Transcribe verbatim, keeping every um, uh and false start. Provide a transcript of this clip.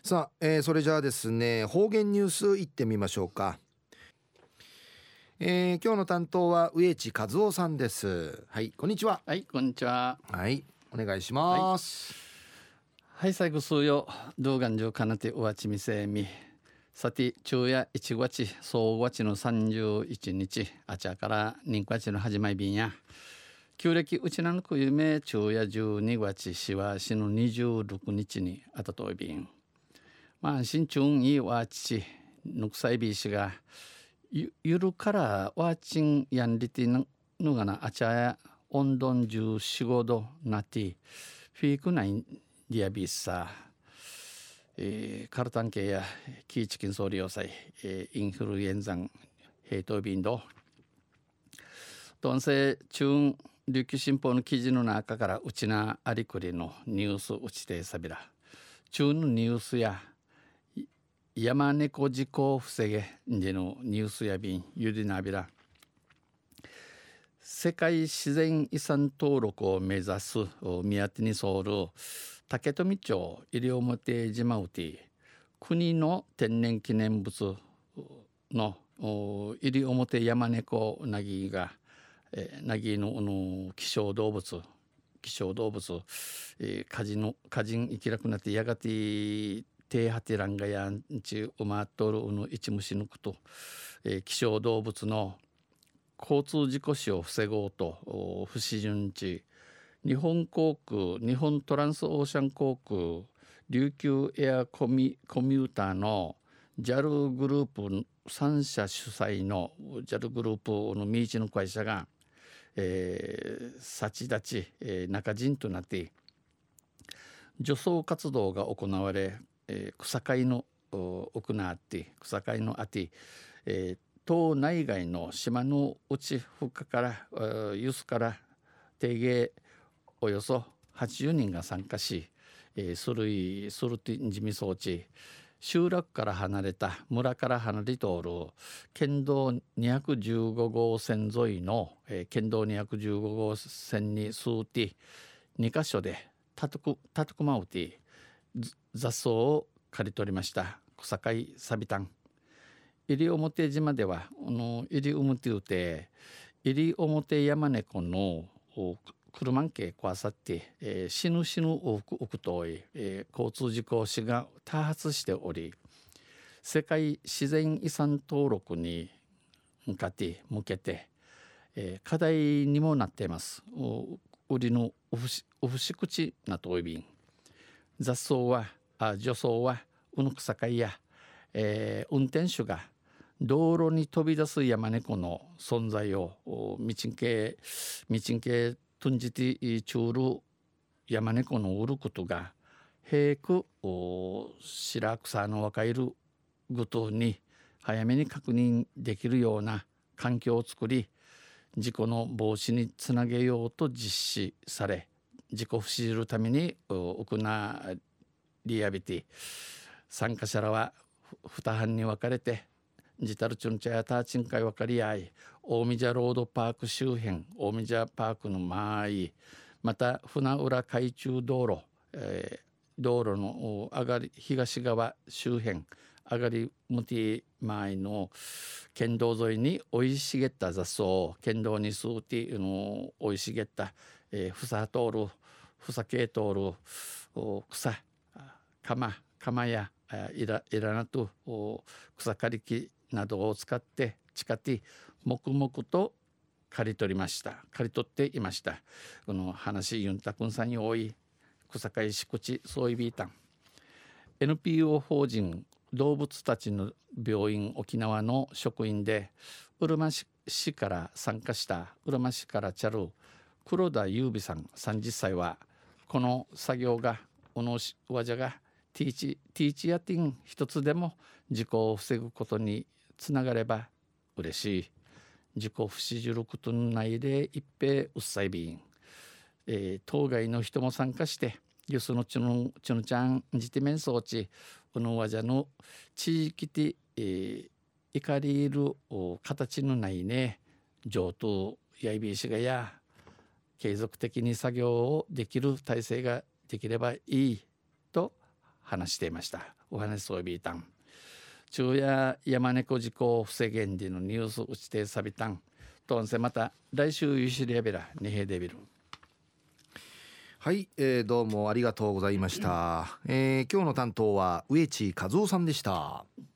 さあ、えーそれじゃあですね、方言ニュースいってみましょうか。えー今日の担当は植地和夫さんです。はい、こんにちは。 はい、こんにちは。 はい、お願いしはい、 ます。 はい、最後数曜、動画上かなておわちみせみ。さて、昼夜いちがつ、総がちのさんじゅういちにち、あちゃから人がちの始まりびんや。旧暦うちなのくゆめ、昼夜じゅうにがつ、しわしのにじゅうろくにちにあたといびん。まあ、新春いわち、ぬくさいびしが、ゆゆるからわちんやんりてののがな、あちゃや、温度じゅうよん、ごどなって、フィークナインディアビッサ、えー、カルタン系やキーチキン総理要塞、えー、インフルエンザンヘイトビンド東西中琉球新報の記事の中からうちなありくりのニュースうちてさびら中のニュースや山猫事故を防げんじのニュースやびんゆりなびら世界自然遺産登録を目指す宮手に沿る竹富町西表島うて国の天然記念物の西表山猫なぎが、えー、なぎのの希少動物希少動物、えー、火事の火人生きなくなってやがて低ハテランガやんちうまっとるの一虫抜くと、えー、希少動物の交通事故死を防ごうと不死順地日本航空日本トランスオーシャン航空琉球エアコミコミューターの ジャル グループさん社主催の ジャル グループのミーチの会社が、えー、幸立ち、えー、中陣となって除草活動が行われ、えー、草刈りの行って草刈りのあて、えー島内外の島の内深からユスから定芸およそはちじゅうにんが参加し、えー、スルイスルティンジミ装置集落から離れた村から離れておる県道にひゃくじゅうごごう線沿いの、えー、県道にひゃくじゅうごごう線に数てにかしょでたとくたとくまうて雑草を刈り取りました。草刈りサビタン西表島ではあの西表うて西表山猫の車んけ壊さって、えー、死ぬ死ぬ多く奥遠い、えー、交通事故死が多発しており世界自然遺産登録に向かって向けて、えー、課題にもなっています。売りのおふしおふし口なといびん雑草はあ除草はうぬくさかいや、えー、運転手が道路に飛び出す山猫の存在を道んけ道んけとんじてちゅうる山猫の売ることが平く白草の若いるぐとに早めに確認できるような環境を作り事故の防止につなげようと実施され事故を防ぐために行リアビティ参加者らは二班に分かれてジタルチュンチャやターチン会分かり合い大見茶ロードパーク周辺大見茶パークの周りまた船浦海中道路、えー、道路の上がり東側周辺上がり向き前の県道沿いに生い茂った雑草県道に数ティの生い茂った、えー、草通る草系通る草鎌鎌やいらいらなと草刈り機などを使って近て黙々と刈り取りました刈り取っていました。この話ユンタクンさんに多い草刈りし口そういびいたん エヌピーオー 法人動物たちの病院沖縄の職員でうるま市から参加したうるま市からチャル黒田優美さんさんじゅっさいはこの作業がおのしわじゃがティーチティーチやティン一つでも事故を防ぐことにつながれば嬉しい事故不死じることのないで一平うっさいびん、えー、当該の人も参加してユスのチュヌチュヌちゃんジテメン装置うぬわじゃの地域で、えー、怒りる形のないね上等やいびいしがや継続的に作業をできる体制ができればいいと話していました。お話そうびいたん昼夜山猫事故を防げんでのニュース打ちてさびたんとんせまた来週ゆしりやべらにへでびる。 はい、えー、どうもありがとうございました、えー、今日の担当は植地和夫さんでした。